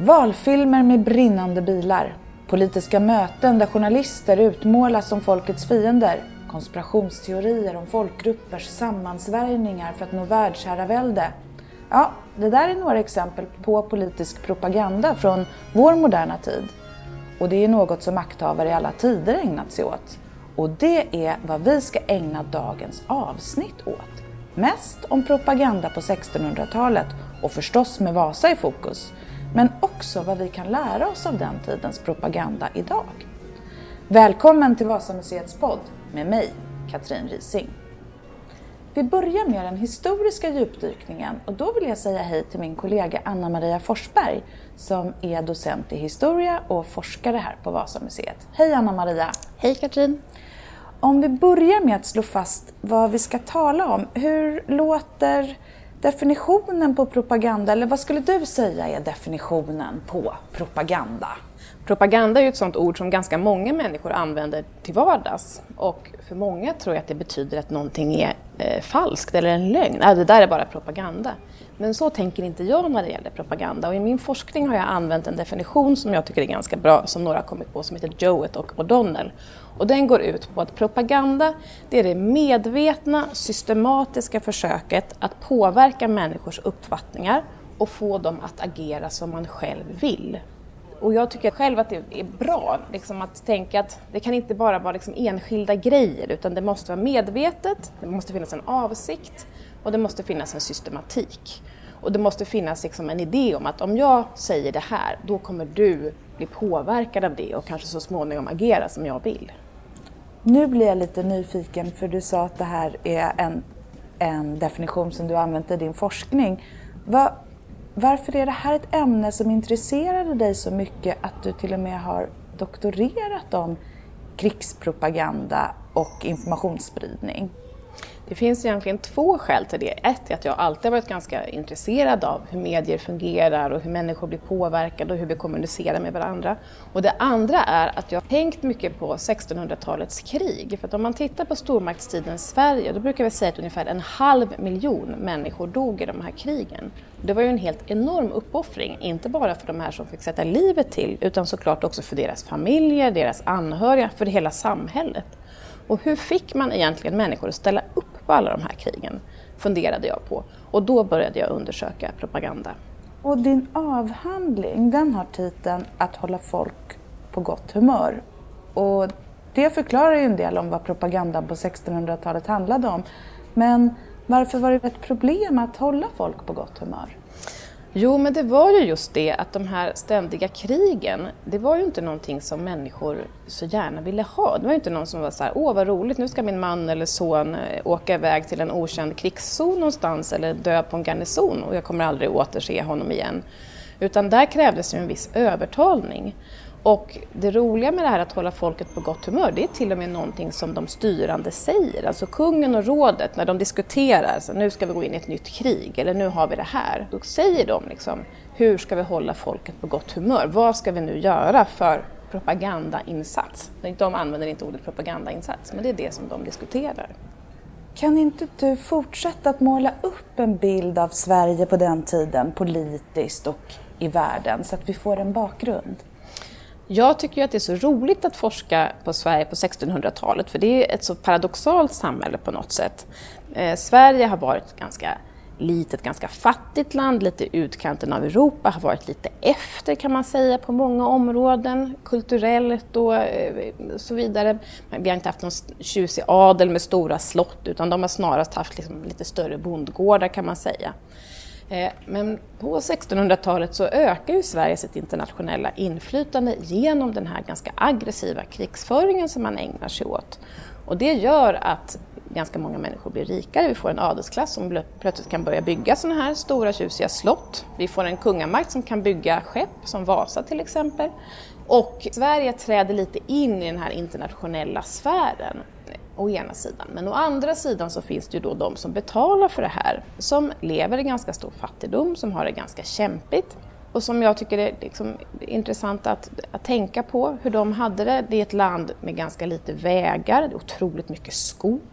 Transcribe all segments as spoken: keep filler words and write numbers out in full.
Valfilmer med brinnande bilar. Politiska möten där journalister utmålas som folkets fiender. Konspirationsteorier om folkgruppers sammansvärjningar för att nå världsherravälde. Ja, det där är några exempel på politisk propaganda från vår moderna tid. Och det är något som makthavare i alla tider ägnat sig åt. Och det är vad vi ska ägna dagens avsnitt åt. Mest om propaganda på sextonhundratalet och förstås med Vasa i fokus. Men också vad vi kan lära oss av den tidens propaganda idag. Välkommen till Vasamuseets podd med mig, Katrin Rising. Vi börjar med den historiska djupdykningen och då vill jag säga hej till min kollega Anna-Maria Forsberg som är docent i historia och forskare här på Vasamuseet. Hej Anna-Maria! Hej Katrin! Om vi börjar med att slå fast vad vi ska tala om, hur låter definitionen på propaganda, eller vad skulle du säga är definitionen på propaganda? Propaganda är ju ett sådant ord som ganska många människor använder till vardags. Och för många tror jag att det betyder att någonting är eh, falskt eller en lögn. Nej, det där är bara propaganda. Men så tänker inte jag när det gäller propaganda. Och i min forskning har jag använt en definition som jag tycker är ganska bra, som några har kommit på, som heter Jowett och O'Donnell. Och den går ut på att propaganda, det är det medvetna, systematiska försöket att påverka människors uppfattningar och få dem att agera som man själv vill. Och jag tycker själv att det är bra liksom, att tänka att det kan inte bara vara liksom, enskilda grejer, utan det måste vara medvetet, det måste finnas en avsikt och det måste finnas en systematik. Och det måste finnas liksom, en idé om att om jag säger det här, då kommer du bli påverkad av det och kanske så småningom agera som jag vill. Nu blir jag lite nyfiken, för du sa att det här är en, en definition som du använt i din forskning. Vad, varför är det här ett ämne som intresserade dig så mycket att du till och med har doktorerat om krigspropaganda och informationsspridning? Det finns egentligen två skäl till det. Ett är att jag alltid varit ganska intresserad av hur medier fungerar och hur människor blir påverkade och hur vi kommunicerar med varandra. Och det andra är att jag har tänkt mycket på sextonhundratalets krig. För att om man tittar på stormaktstiden Sverige, då brukar vi säga att ungefär en halv miljon människor dog i de här krigen. Det var ju en helt enorm uppoffring, inte bara för de här som fick sätta livet till, utan såklart också för deras familjer, deras anhöriga, för hela samhället. Och hur fick man egentligen människor att ställa upp på alla de här krigen, funderade jag på. Och då började jag undersöka propaganda. Och din avhandling, den har titeln Att hålla folk på gott humör. Och det förklarar ju en del om vad propagandan på sextonhundratalet handlade om. Men varför var det ett problem att hålla folk på gott humör? Jo, men det var ju just det att de här ständiga krigen, det var ju inte någonting som människor så gärna ville ha. Det var ju inte någon som var så här, åh vad roligt, nu ska min man eller son åka iväg till en okänd krigszon någonstans eller dö på en garnison och jag kommer aldrig återse honom igen. Utan där krävdes ju en viss övertalning. Och det roliga med det här att hålla folket på gott humör, det är till och med någonting som de styrande säger. Alltså kungen och rådet, när de diskuterar, så nu ska vi gå in i ett nytt krig eller nu har vi det här. Då säger de liksom, hur ska vi hålla folket på gott humör? Vad ska vi nu göra för propagandainsats? De använder inte ordet propagandainsats, men det är det som de diskuterar. Kan inte du fortsätta att måla upp en bild av Sverige på den tiden, politiskt och i världen, så att vi får en bakgrund? Jag tycker ju att det är så roligt att forska på Sverige på sextonhundratalet, för det är ett så paradoxalt samhälle på något sätt. Eh, Sverige har varit ett ganska litet, ganska fattigt land, lite utkanten av Europa, har varit lite efter kan man säga på många områden, kulturellt och eh, så vidare. Vi har inte haft någon tjusig adel med stora slott, utan de har snarast haft liksom lite större bondgårdar kan man säga. Men på sextonhundratalet så ökar ju Sverige sitt internationella inflytande genom den här ganska aggressiva krigsföringen som man ägnar sig åt. Och det gör att ganska många människor blir rikare. Vi får en adelsklass som plötsligt kan börja bygga såna här stora tjusiga slott. Vi får en kungamakt som kan bygga skepp som Vasa till exempel. Och Sverige träder lite in i den här internationella sfären. Å ena sidan. Men å andra sidan så finns det ju då de som betalar för det här. Som lever i ganska stor fattigdom, som har det ganska kämpigt. Och som jag tycker är liksom intressant att, att tänka på hur de hade det. Det är ett land med ganska lite vägar, det är otroligt mycket skog.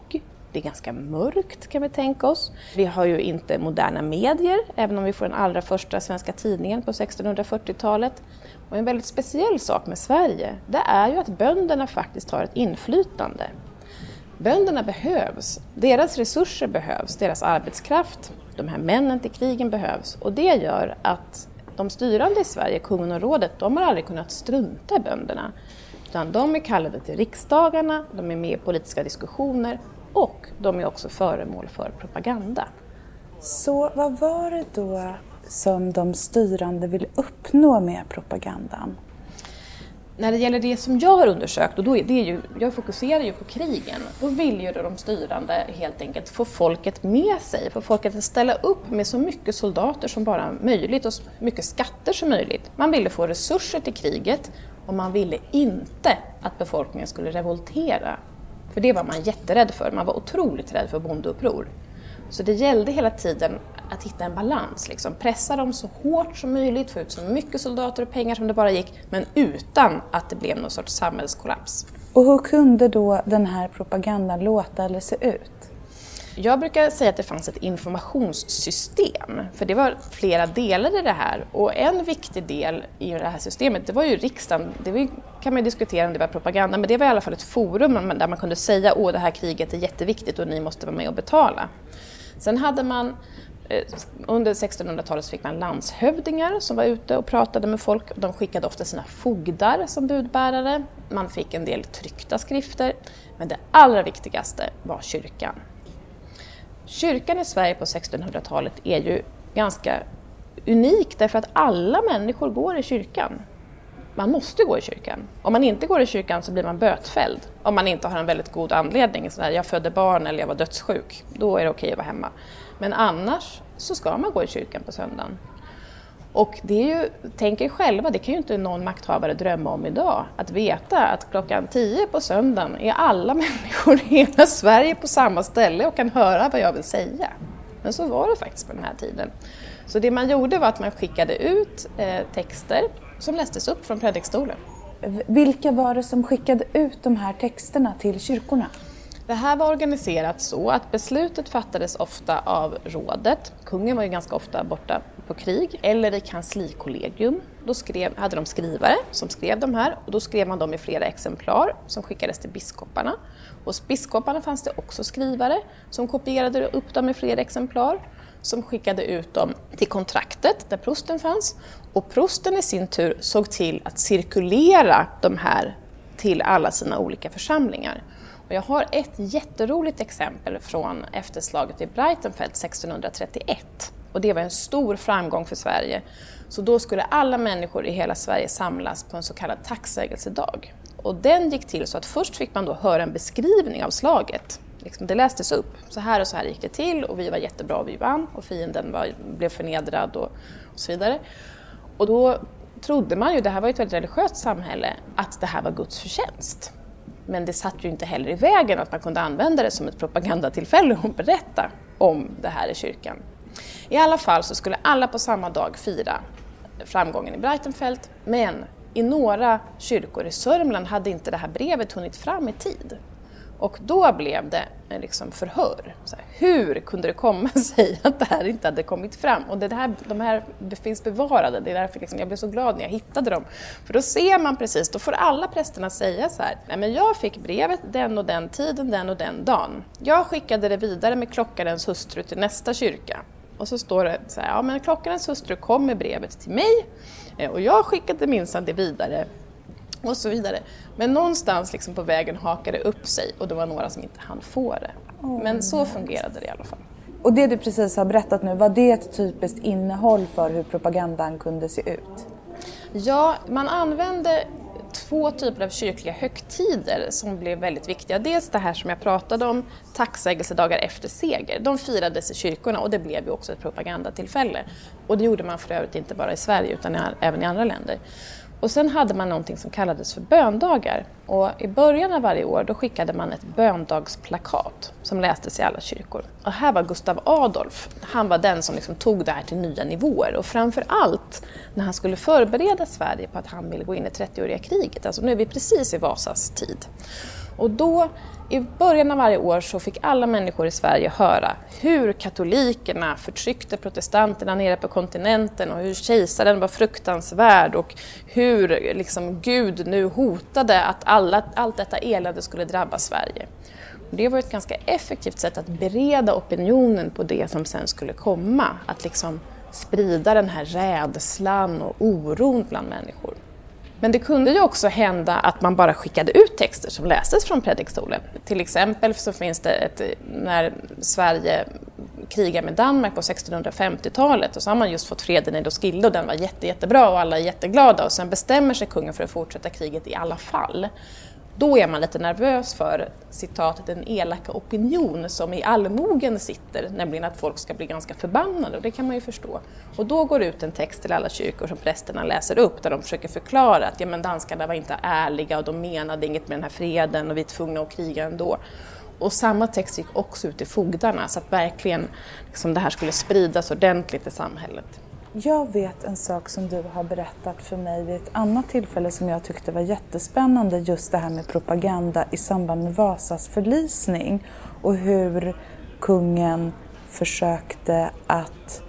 Det är ganska mörkt kan vi tänka oss. Vi har ju inte moderna medier, även om vi får den allra första svenska tidningen på sextonhundrafyrtiotalet. Och en väldigt speciell sak med Sverige, det är ju att bönderna faktiskt har ett inflytande. Bönderna behövs, deras resurser behövs, deras arbetskraft, de här männen till krigen behövs. Och det gör att de styrande i Sverige, kungen och rådet, de har aldrig kunnat strunta i bönderna. Utan de är kallade till riksdagarna, de är med i politiska diskussioner och de är också föremål för propaganda. Så vad var det då som de styrande vill uppnå med propagandan? När det gäller det som jag har undersökt, och då är det ju, jag fokuserar ju på krigen, då vill ju de styrande helt enkelt få folket med sig, få folket att ställa upp med så mycket soldater som bara möjligt och så mycket skatter som möjligt. Man ville få resurser till kriget och man ville inte att befolkningen skulle revoltera. För det var man jätterädd för, man var otroligt rädd för bondeuppror. Så det gällde hela tiden att hitta en balans, liksom. Pressa dem så hårt som möjligt, få ut så mycket soldater och pengar som det bara gick, men utan att det blev någon sorts samhällskollaps. Och hur kunde då den här propagandan låta eller se ut? Jag brukar säga att det fanns ett informationssystem, för det var flera delar i det här. Och en viktig del i det här systemet, det var ju riksdagen. Det var, kan man diskutera om det var propaganda, men det var i alla fall ett forum där man kunde säga åh, det här kriget är jätteviktigt och ni måste vara med och betala. Sen hade man, under sextonhundratalet fick man landshövdingar som var ute och pratade med folk. De skickade ofta sina fogdar som budbärare. Man fick en del tryckta skrifter. Men det allra viktigaste var kyrkan. Kyrkan i Sverige på sextonhundratalet är ju ganska unik därför att alla människor går i kyrkan. Man måste gå i kyrkan. Om man inte går i kyrkan så blir man bötfälld. Om man inte har en väldigt god anledning, så där, jag födde barn eller jag var dödssjuk, då är det okej att vara hemma. Men annars så ska man gå i kyrkan på söndagen. Och det är ju, tänk er själva, det kan ju inte någon makthavare drömma om idag. Att veta att klockan tio på söndagen är alla människor i hela Sverige på samma ställe och kan höra vad jag vill säga. Men så var det faktiskt på den här tiden. Så det man gjorde var att man skickade ut eh, texter som lästes upp från predikstolen. Vilka var det som skickade ut de här texterna till kyrkorna? Det här var organiserat så att beslutet fattades ofta av rådet. Kungen var ju ganska ofta borta på krig. Eller i kanslikollegium. Då skrev, hade de skrivare som skrev de här. Och då skrev man dem i flera exemplar som skickades till biskoparna. Hos biskoparna fanns det också skrivare som kopierade upp dem i flera exemplar. Som skickade ut dem till kontraktet där prosten fanns. Och prosten i sin tur såg till att cirkulera de här till alla sina olika församlingar. Och jag har ett jätteroligt exempel från efterslaget i Breitenfeld sextonhundratrettioett. Och det var en stor framgång för Sverige. Så då skulle alla människor i hela Sverige samlas på en så kallad tacksägelsedag. Och den gick till så att först fick man då höra en beskrivning av slaget. Liksom det lästes upp. Så här och så här gick det till och vi var jättebra och vi vann. Och fienden var, blev förnedrad och, och så vidare. Och då trodde man ju, det här var ett väldigt religiöst samhälle, att det här var Guds förtjänst. Men det satt ju inte heller i vägen att man kunde använda det som ett propagandatillfälle och berätta om det här i kyrkan. I alla fall så skulle alla på samma dag fira framgången i Breitenfeld, men i några kyrkor i Sörmland hade inte det här brevet hunnit fram i tid. Och då blev det liksom förhör. Så här, hur kunde det komma sig att det här inte hade kommit fram? Och det här, de här finns bevarade. Det är därför liksom, jag blev så glad när jag hittade dem. För då ser man precis, då får alla prästerna säga så här. Nej, men jag fick brevet den och den tiden, den och den dagen. Jag skickade det vidare med klockarens hustru till nästa kyrka. Och så står det så här, ja men klockarens hustru kom med brevet till mig. Och jag skickade minsann det vidare. Och så vidare. Men någonstans liksom på vägen hakade upp sig och det var några som inte hann få det. Oh, men så fungerade det i alla fall. Och det du precis har berättat nu, var det ett typiskt innehåll för hur propagandan kunde se ut? Ja, man använde två typer av kyrkliga högtider som blev väldigt viktiga. Dels det här som jag pratade om, tacksägelsedagar efter seger. De firades i kyrkorna och det blev ju också ett propagandatillfälle. Och det gjorde man för övrigt inte bara i Sverige utan även i andra länder. Och sen hade man någonting som kallades för böndagar. Och i början av varje år då skickade man ett böndagsplakat som lästes i alla kyrkor. Och här var Gustav Adolf. Han var den som liksom tog det här till nya nivåer. Och framför allt när han skulle förbereda Sverige på att han ville gå in i trettioåriga kriget. Alltså nu är vi precis i Vasas tid. Och då, i början av varje år, så fick alla människor i Sverige höra hur katolikerna förtryckte protestanterna nere på kontinenten och hur kejsaren var fruktansvärd och hur liksom Gud nu hotade att alla, allt detta elände skulle drabba Sverige. Och det var ett ganska effektivt sätt att bereda opinionen på det som sen skulle komma. Att liksom sprida den här rädslan och oron bland människor. Men det kunde ju också hända att man bara skickade ut texter som lästes från predikstolen. Till exempel så finns det ett, när Sverige krigar med Danmark på sextonhundrafemtiotalet och så har man just fått freden i Roskilde och den var jätte, jättebra och alla är jätteglada och sen bestämmer sig kungen för att fortsätta kriget i alla fall. Då är man lite nervös för, citat, den elaka opinion som i allmogen sitter, nämligen att folk ska bli ganska förbannade, och det kan man ju förstå. Och då går ut en text till alla kyrkor som prästerna läser upp där de försöker förklara att ja, men danskarna var inte ärliga och de menade inget med den här freden och vi är tvungna att kriga ändå. Och samma text gick också ut till fogdarna så att verkligen liksom, det här skulle spridas ordentligt i samhället. Jag vet en sak som du har berättat för mig vid ett annat tillfälle som jag tyckte var jättespännande, just det här med propaganda i samband med Vasas förlisning och hur kungen försökte att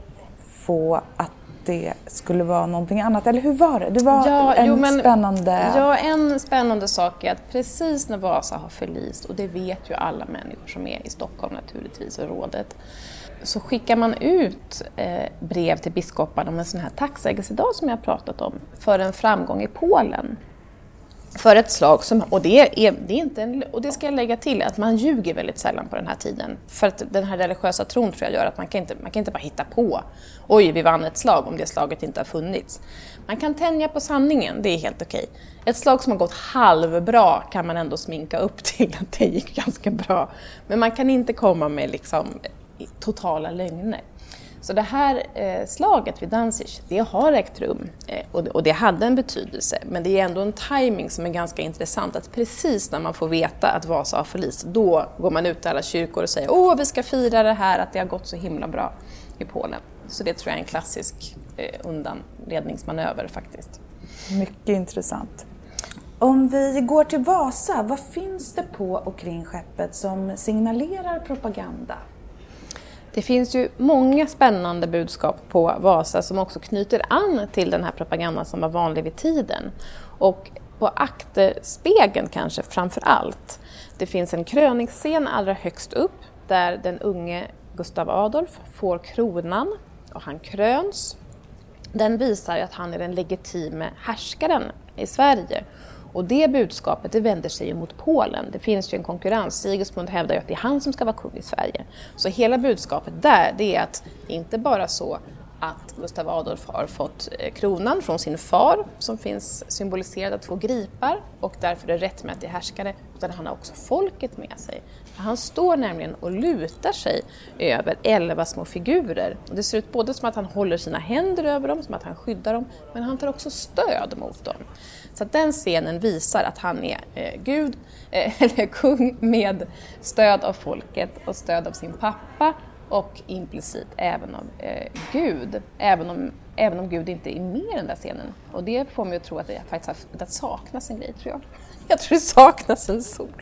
få att det skulle vara någonting annat. Eller hur var det? Det var ja, en jo, men, spännande... Ja, en spännande sak är att precis när Vasa har förlist, och det vet ju alla människor som är i Stockholm naturligtvis och rådet, så skickar man ut eh, brev till biskoparna om en sån här tacksägelsedag som jag har pratat om för en framgång i Polen. För ett slag som, och det, är, det är inte en, och det ska jag lägga till att man ljuger väldigt sällan på den här tiden. För att den här religiösa tron tror jag gör att man kan inte, man kan inte bara hitta på, oj vi vann ett slag om det slaget inte har funnits. Man kan tänja på sanningen, det är helt okej. Ett slag som har gått halvbra kan man ändå sminka upp till att det gick ganska bra. Men man kan inte komma med liksom totala lögner. Så det här eh, slaget vid Danzig, det har ägt rum eh, och, och det hade en betydelse. Men det är ändå en timing som är ganska intressant. Att precis när man får veta att Vasa har förlist, då går man ut till alla kyrkor och säger åh, vi ska fira det här, att det har gått så himla bra i Polen. Så det tror jag är en klassisk eh, undanledningsmanöver faktiskt. Mycket intressant. Om vi går till Vasa, vad finns det på och kring skeppet som signalerar propaganda? Det finns ju många spännande budskap på Vasa som också knyter an till den här propagandan som var vanlig vid tiden. Och på akterspegeln kanske framför allt. Det finns en kröningsscen allra högst upp där den unge Gustav Adolf får kronan och han kröns. Den visar att han är den legitime härskaren i Sverige. Och det budskapet det vänder sig mot Polen. Det finns ju en konkurrens. Sigismund hävdar ju att det är han som ska vara kung i Sverige. Så hela budskapet där det är att inte bara så att Gustav Adolf har fått kronan från sin far som finns symboliserad av två gripar och därför är rättmätig härskare, utan han har också folket med sig. Han står nämligen och lutar sig över elva små figurer. Och det ser ut både som att han håller sina händer över dem, som att han skyddar dem, men han tar också stöd mot dem. Så att den scenen visar att han är eh, Gud, eh, eller kung med stöd av folket och stöd av sin pappa och implicit även av eh, Gud. Även om, även om Gud inte är med i den där scenen. Och det får mig att tro att det faktiskt har, att saknas en grej, tror jag. Jag tror det saknas en sol.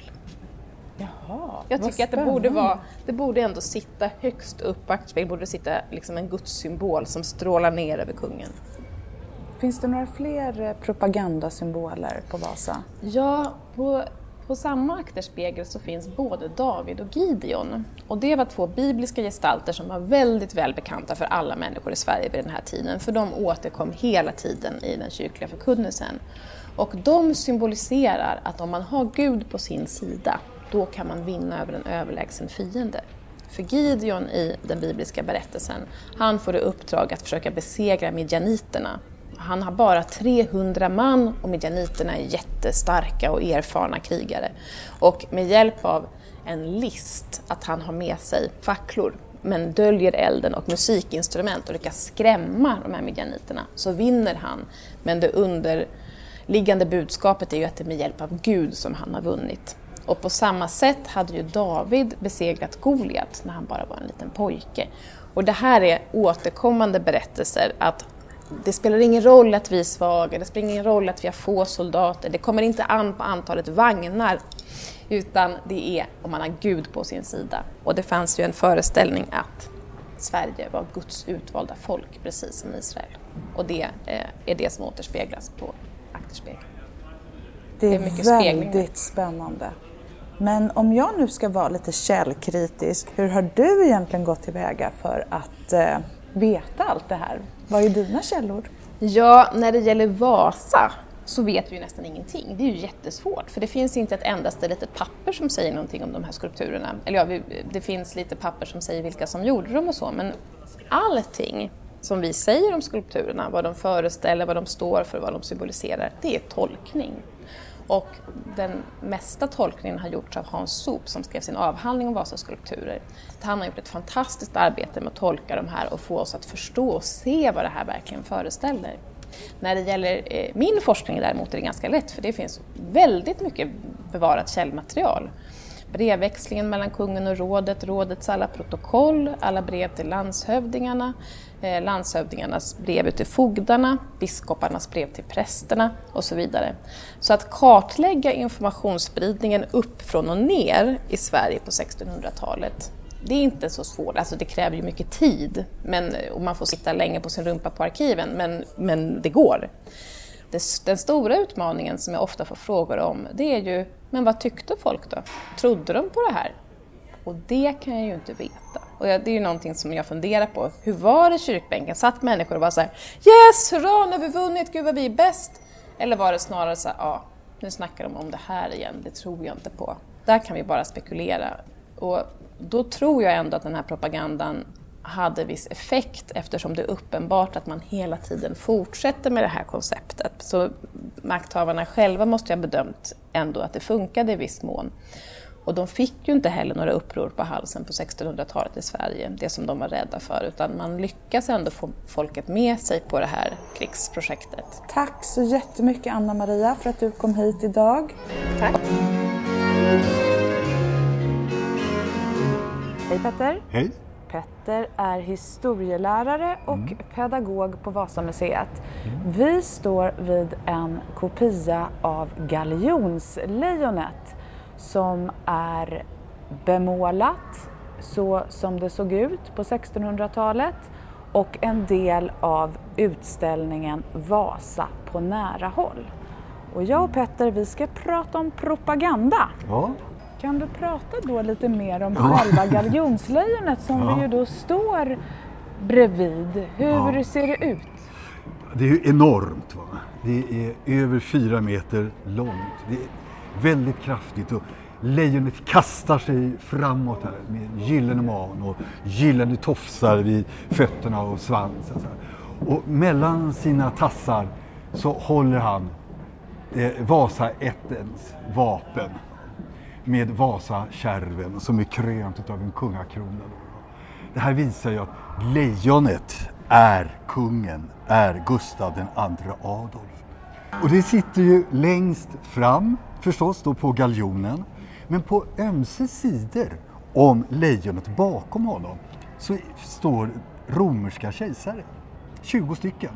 Jaha, jag tycker att det borde, vara, det borde ändå sitta högst upp på akterspegeln. Borde sitta liksom en gudssymbol som strålar ner över kungen. Finns det några fler propagandasymboler på Vasa? Ja, på, på samma akterspegel så finns både David och Gideon. Och det var två bibliska gestalter som var väldigt välbekanta för alla människor i Sverige vid den här tiden. För de återkom hela tiden i den kyrkliga förkunnelsen. Och de symboliserar att om man har Gud på sin sida, då kan man vinna över en överlägsen fiende. För Gideon i den bibliska berättelsen, han får i uppdrag att försöka besegra midjaniterna. Han har bara trehundra man och midjaniterna är jättestarka och erfarna krigare. Och med hjälp av en list att han har med sig facklor men döljer elden och musikinstrument och lyckas skrämma de här midjaniterna, så vinner han. Men det underliggande budskapet är ju att det är med hjälp av Gud som han har vunnit. Och på samma sätt hade ju David besegrat Goliat när han bara var en liten pojke. Och det här är återkommande berättelser att det spelar ingen roll att vi är svaga, det spelar ingen roll att vi har få soldater, det kommer inte an på antalet vagnar, utan det är om man har Gud på sin sida. Och det fanns ju en föreställning att Sverige var Guds utvalda folk, precis som Israel. Och det är det som återspeglas på akterspegeln. Det är, det är mycket väldigt spegling. Spännande. Men om jag nu ska vara lite källkritisk, hur har du egentligen gått tillväga för att eh, veta allt det här? Vad är dina källor? Ja, när det gäller Vasa så vet vi ju nästan ingenting. Det är ju jättesvårt, för det finns inte ett endaste litet papper som säger någonting om de här skulpturerna. Eller ja, det finns lite papper som säger vilka som gjorde dem och så, men allting som vi säger om skulpturerna, vad de föreställer, vad de står för, vad de symboliserar, det är tolkning. Och den mesta tolkningen har gjorts av Hans Sop som skrev sin avhandling om Vasas skulpturer. Han har gjort ett fantastiskt arbete med att tolka de här och få oss att förstå och se vad det här verkligen föreställer. När det gäller eh, min forskning däremot är det ganska lätt, för det finns väldigt mycket bevarat källmaterial. Brevväxlingen mellan kungen och rådet, rådets alla protokoll, alla brev till landshövdingarna, eh, landshövdingarnas brev till fogdarna, biskoparnas brev till prästerna och så vidare. Så att kartlägga informationsspridningen upp från och ner i Sverige på sextonhundratalet, det är inte så svårt. Alltså det kräver ju mycket tid, men, och man får sitta länge på sin rumpa på arkiven, men, men det går. Det, den stora utmaningen som jag ofta får frågor om, det är ju, men vad tyckte folk då? Trodde de på det här? Och det kan jag ju inte veta. Och jag, det är ju någonting som jag funderar på. Hur var det i kyrkbänken? Satt människor och var så här: yes, hurra, nu har vi vunnit, gud vad vi är bäst. Eller var det snarare så här: ja, nu snackar de om det här igen, det tror jag inte på. Där kan vi bara spekulera. Och då tror jag ändå att den här propagandan hade viss effekt, eftersom det är uppenbart att man hela tiden fortsätter med det här konceptet. Så makthavarna själva måste ha bedömt ändå att det funkade i viss mån. Och de fick ju inte heller några uppror på halsen på sextonhundratalet i Sverige, det som de var rädda för, utan man lyckas ändå få folket med sig på det här krigsprojektet. Tack så jättemycket Anna-Maria för att du kom hit idag. Tack. Hej Petter. Hej. Petter är historielärare och mm. pedagog på Vasamuseet. Mm. Vi står vid en kopia av Galjonslejonet som är bemålat så som det såg ut på sextonhundratalet och en del av utställningen Vasa på nära håll. Och jag och Petter, vi ska prata om propaganda. Ja. Kan du prata då lite mer om ja. själva Galjonslejonet som ja. vi ju då står bredvid? Hur ja. ser det ut? Det är ju enormt, va? Det är över fyra meter långt. Det är väldigt kraftigt och lejonet kastar sig framåt här med gyllene man och gyllene tofsar vid fötterna och svansen. Och mellan sina tassar så håller han eh, Vasaättens vapen med Vasakärven som är krönt av en kungakrona. Det här visar ju att lejonet är kungen, är Gustav den andre Adolf. Och det sitter ju längst fram förstås då på galjonen, men på ömse sidor om lejonet bakom honom så står romerska kejsare, tjugo stycken.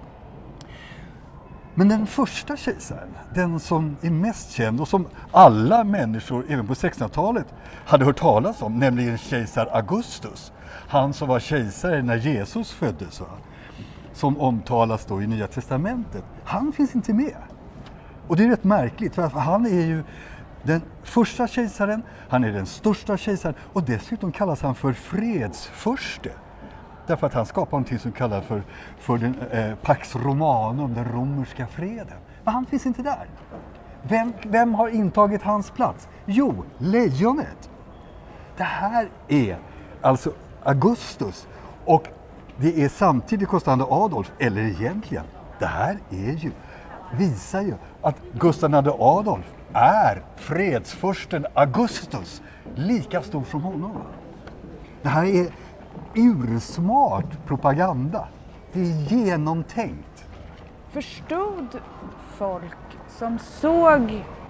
Men den första kejsaren, den som är mest känd och som alla människor även på sextonhundratalet hade hört talas om, nämligen kejsar Augustus, han som var kejsare när Jesus föddes, va? Som omtalas då i Nya testamentet, han finns inte med. Och det är rätt märkligt, för han är ju den första kejsaren, han är den största kejsaren och dessutom kallas han för fredsförste. Därför att han skapar någonting som kallas för, för den, eh, Pax Romanum, den romerska freden. Men han finns inte där. Vem, vem har intagit hans plats? Jo, lejonet. Det här är alltså Augustus och det är samtidigt Gustav Adolf, eller egentligen, det här är ju, visar ju att Gustav den andre Adolf är fredsförsten Augustus, lika stor som honom. Det här är ursmart propaganda. Det är genomtänkt. Förstod folk som såg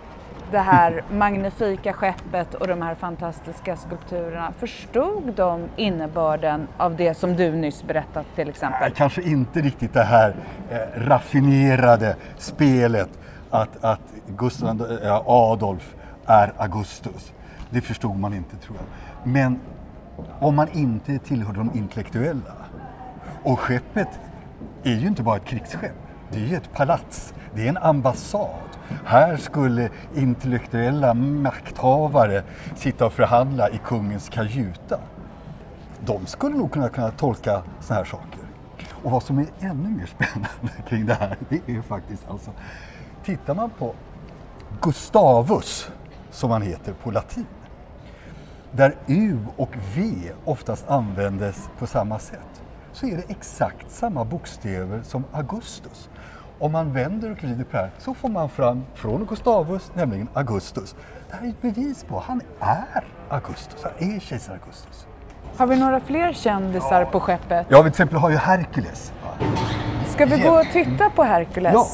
det här magnifika skeppet och de här fantastiska skulpturerna, förstod de innebörden av det som du nyss berättat till exempel? Nej, kanske inte riktigt det här eh, raffinerade spelet att, att Gustav äh, Adolf är Augustus. Det förstod man inte, tror jag. Men om man inte tillhörde de intellektuella, och skeppet är ju inte bara ett krigsskepp, det är ju ett palats, det är en ambassad. Här skulle intellektuella makthavare sitta och förhandla i kungens kajuta. De skulle nog kunna, kunna tolka såna här saker. Och vad som är ännu mer spännande kring det här, det är faktiskt alltså, tittar man på Gustavus, som han heter på latin, där U och V oftast användes på samma sätt, så är det exakt samma bokstäver som Augustus. Om man vänder och vrider på det här så får man fram från Gustavus, nämligen Augustus. Det här är ett bevis på att han är Augustus, han är kejsar Augustus. Har vi några fler kändisar ja. på skeppet? Ja, till exempel har ju Herkules. Ska vi gå och titta på Herkules? Ja.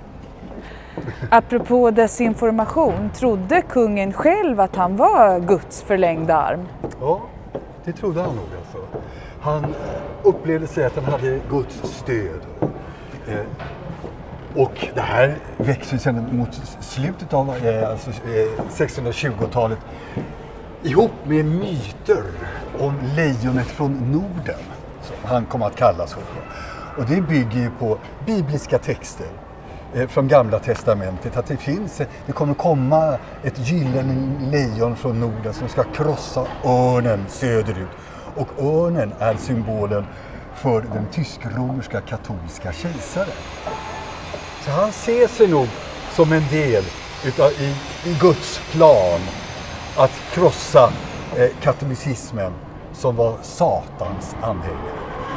Apropå desinformation, trodde kungen själv att han var Guds förlängda arm? Ja, det trodde han nog alltså. Han upplevde sig att han hade Guds stöd. Eh, och det här växer sedan mot slutet av eh, alltså, eh, sexhundratjugotalet ihop med myter om lejonet från Norden, som han kom att kallas för. Och det bygger ju på bibliska texter eh, från Gamla testamentet, att det finns, det kommer komma ett gyllene lejon från Norden som ska krossa örnen söderut. Och örnen är symbolen för den tysk-romerska katolska kejsaren. Så han ser sig nog som en del utav, i, i Guds plan att krossa eh, katolicismen som var Satans anhängare.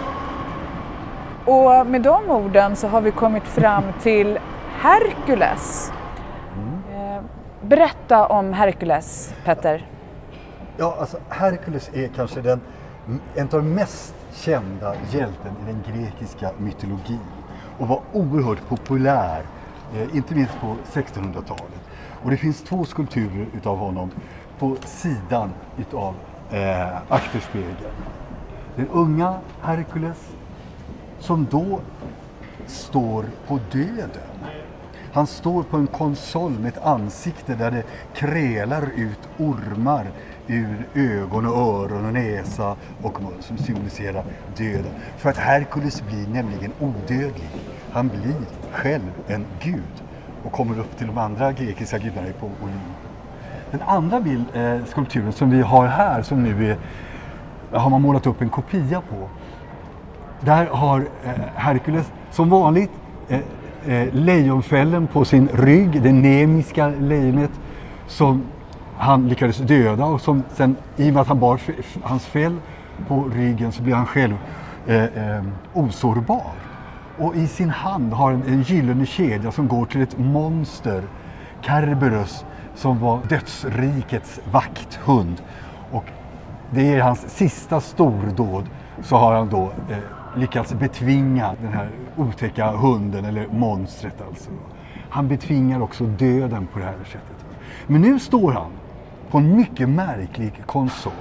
Och med de orden så har vi kommit fram till Herkules. Mm. Eh, berätta om Herkules, Petter. Ja, alltså Herkules är kanske den, en av de mest kända hjälten i den grekiska mytologin och var oerhört populär, eh, inte minst på sextonhundratalet. Och det finns två skulpturer utav honom på sidan utav eh, akterspegeln. Den unga Herkules som då står på döden. Han står på en konsol med ett ansikte där det krälar ut ormar ur ögon och öron och näsa och mun som symboliserar döden. För att Herkules blir nämligen odödlig. Han blir själv en gud och kommer upp till de andra grekiska gudarna på Olympen. Den andra bild, eh, skulpturen som vi har här, som nu är, har man målat upp en kopia på. Där har eh, Herkules som vanligt eh, eh, lejonfällen på sin rygg, det nemiska lejonet som han lyckades döda, och som sen, i och med att han bar f- hans fäll på ryggen, så blir han själv eh, eh, osårbar. Och i sin hand har han en gyllene kedja som går till ett monster, Kerberus, som var dödsrikets vakthund. Och det är hans sista stordåd, så har han då eh, lyckats betvinga den här otäcka hunden, eller monstret alltså. Han betvingar också döden på det här sättet. Men nu står han på en mycket märklig konsol.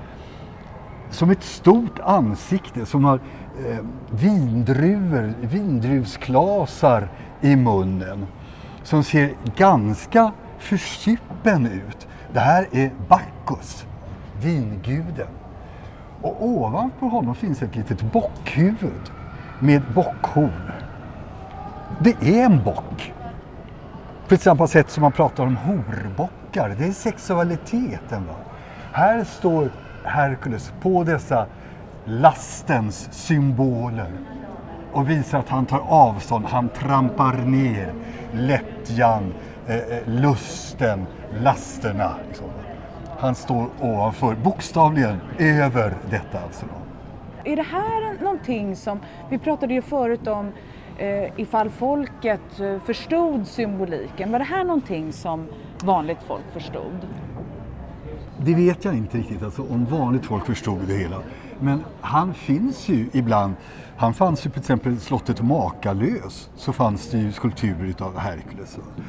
Som ett stort ansikte som har eh, vindruvor, vindruvsklasar i munnen. Som ser ganska försuppen ut. Det här är Bacchus, vinguden. Och ovanpå honom finns ett litet bockhuvud med bockhorn. Det är en bock. På samma sätt som man pratar om horbockar. Det är sexualiteten. Va? Här står Herkules på dessa lastens symboler och visar att han tar avstånd. Han trampar ner lättjan, eh, lusten, lasterna. Liksom. Han står ovanför, bokstavligen över detta. Alltså. Är det här någonting som, vi pratade ju förut om eh, ifall folket förstod symboliken. Var det här någonting som vanligt folk förstod? Det vet jag inte riktigt, alltså, om vanligt folk förstod det hela. Men han finns ju ibland, han fanns ju på till exempel slottet Makalös, så fanns det ju skulpturer utav Herkules.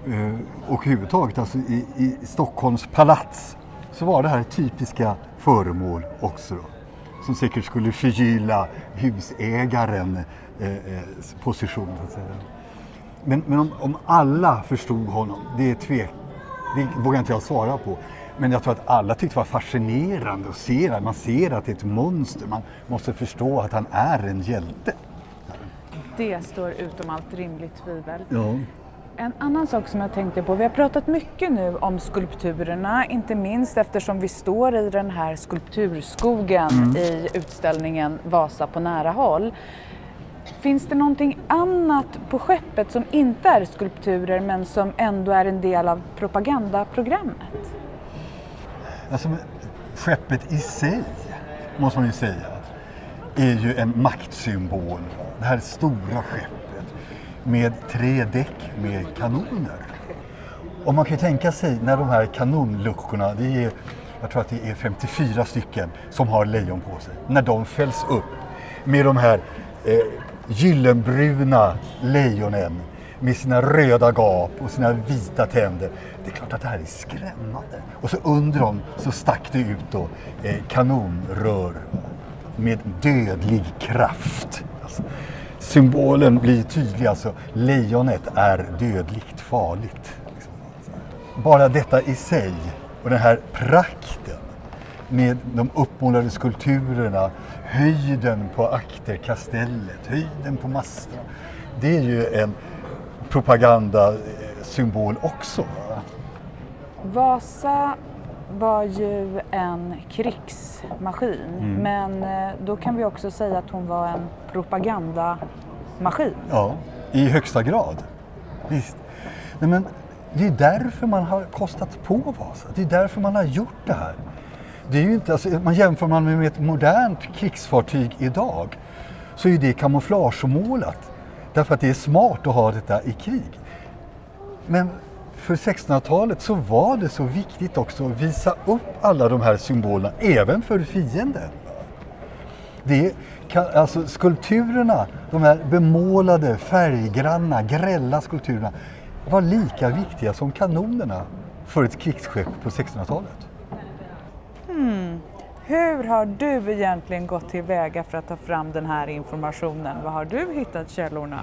och överhuvudtaget alltså i, i Stockholms palats så var det här typiska föremål också då, som säkert skulle förgylla husägaren eh, position. Så att säga. Men, men om, om alla förstod honom, det är tvek, det vågar inte jag svara på. Men jag tror att alla tyckte det var fascinerande att se det. Man ser att det är ett monster, man måste förstå att han är en hjälte. Det står utom allt rimligt tvivel. Ja. En annan sak som jag tänkte på, vi har pratat mycket nu om skulpturerna, inte minst eftersom vi står i den här skulpturskogen mm. i utställningen Vasa på nära håll. Finns det någonting annat på skeppet som inte är skulpturer men som ändå är en del av propagandaprogrammet? Alltså, skeppet i sig, måste man ju säga, är ju en maktsymbol. Det här stora skeppet med tre däck med kanoner. Och man kan ju tänka sig när de här kanonluckorna, det är, jag tror att det är femtiofyra stycken som har lejon på sig, när de fälls upp med de här eh, gyllenbruna lejonen med sina röda gap och sina vita tänder. Det är klart att det här är skrämmande. Och så under dem så stack det ut då eh, kanonrör med dödlig kraft. Alltså, symbolen blir tydlig, alltså lejonet är dödligt farligt. Bara detta i sig och den här prakten med de uppmålade skulpturerna, höjden på akterkastellet, höjden på masterna. Det är ju en propagandasymbol också. Vasa var ju en krigsmaskin, mm. men då kan vi också säga att hon var en propagandamaskin. Ja, i högsta grad. Visst. Nej, men det är därför man har kostat på Vasa. Det är därför man har gjort det här. Det är ju inte, alltså, man jämför man med ett modernt krigsfartyg idag så är det kamouflagemålat. Därför att det är smart att ha detta i krig. Men för sextonhundratalet så var det så viktigt också att visa upp alla de här symbolerna, även för fienden. Det kan, alltså skulpturerna, de här bemålade, färggranna, grälla skulpturerna var lika viktiga som kanonerna för ett krigsskepp på sextonhundratalet. Hmm. Hur har du egentligen gått tillväga för att ta fram den här informationen? Vad har du hittat källorna?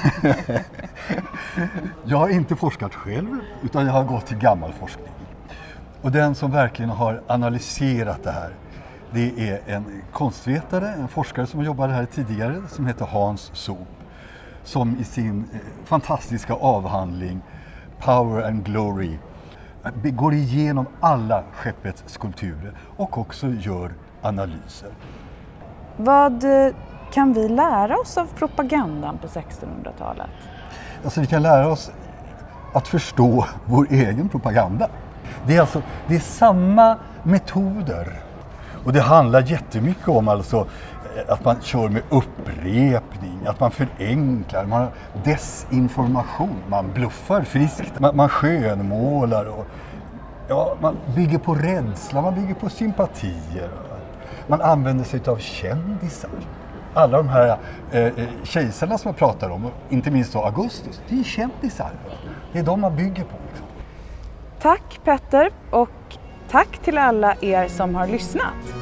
Jag har inte forskat själv, utan jag har gått till gammal forskning. Och den som verkligen har analyserat det här, det är en konstvetare, en forskare som jobbade här tidigare, som heter Hans Soop, som i sin fantastiska avhandling Power and Glory går igenom alla skeppets skulpturer och också gör analyser. Vad kan vi lära oss av propagandan på sextonhundratalet? Alltså vi kan lära oss att förstå vår egen propaganda. Det är alltså det är samma metoder. Och det handlar jättemycket om alltså att man kör med upprepning, att man förenklar, man har desinformation, man bluffar friskt, man, man skönmålar och ja, man bygger på rädsla, man bygger på sympatier. Man använder sig av kändisar. Alla de här eh, kejsarna som jag pratar om, inte minst då Augustus, det är kändisar. Det är de man bygger på. Tack Petter, och tack till alla er som har lyssnat.